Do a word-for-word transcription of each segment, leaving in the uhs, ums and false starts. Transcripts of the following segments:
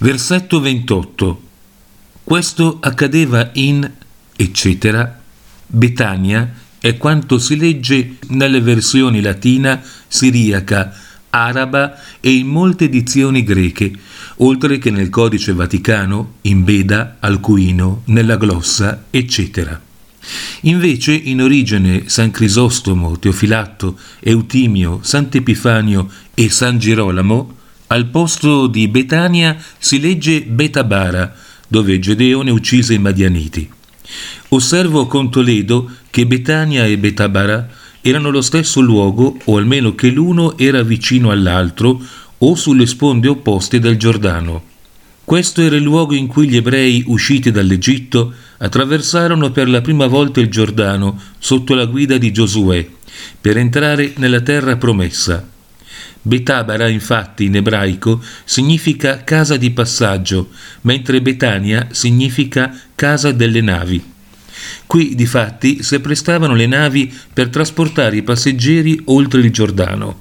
Versetto ventotto. Questo accadeva in, eccetera, Betania, è quanto si legge nelle versioni latina, siriaca, araba e in molte edizioni greche, oltre che nel Codice Vaticano, in Beda, Alcuino, nella Glossa, eccetera. Invece in origine San Crisostomo, Teofilatto, Eutimio, Sant'Epifanio e San Girolamo, al posto di Betania si legge Betabara, dove Gedeone uccise i Madianiti. Osservo con Toledo che Betania e Betabara erano lo stesso luogo, o almeno che l'uno era vicino all'altro o sulle sponde opposte del Giordano. Questo era il luogo in cui gli ebrei usciti dall'Egitto attraversarono per la prima volta il Giordano sotto la guida di Giosuè per entrare nella terra promessa. Betabara, infatti, in ebraico significa casa di passaggio, mentre Betania significa casa delle navi. Qui, difatti, si prestavano le navi per trasportare i passeggeri oltre il Giordano.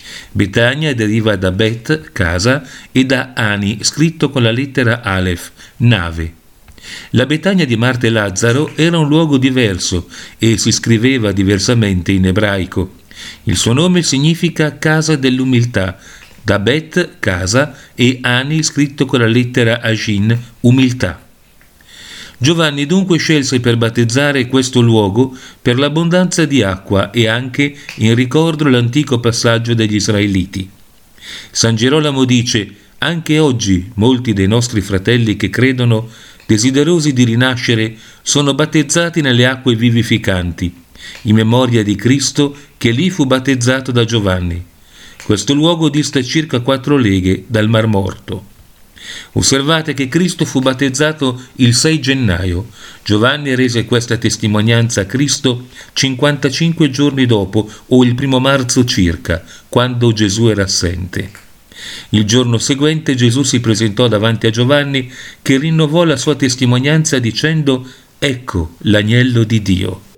Betania deriva da Bet, casa, e da Ani, scritto con la lettera Aleph, nave. La Betania di Marta e Lazzaro era un luogo diverso e si scriveva diversamente in ebraico. Il suo nome significa casa dell'umiltà, da Bet, casa, e Ani, scritto con la lettera Ajin, umiltà. Giovanni dunque scelse per battezzare questo luogo per l'abbondanza di acqua e anche in ricordo dell'antico passaggio degli Israeliti. San Girolamo dice: anche oggi molti dei nostri fratelli che credono, desiderosi di rinascere, sono battezzati nelle acque vivificanti, in memoria di Cristo che lì fu battezzato da Giovanni. Questo luogo dista circa quattro leghe dal Mar Morto. Osservate che Cristo fu battezzato il sei gennaio. Giovanni rese questa testimonianza a Cristo cinquantacinque giorni dopo, o il primo marzo circa, quando Gesù era assente. Il giorno seguente Gesù si presentò davanti a Giovanni, che rinnovò la sua testimonianza dicendo: «Ecco l'agnello di Dio».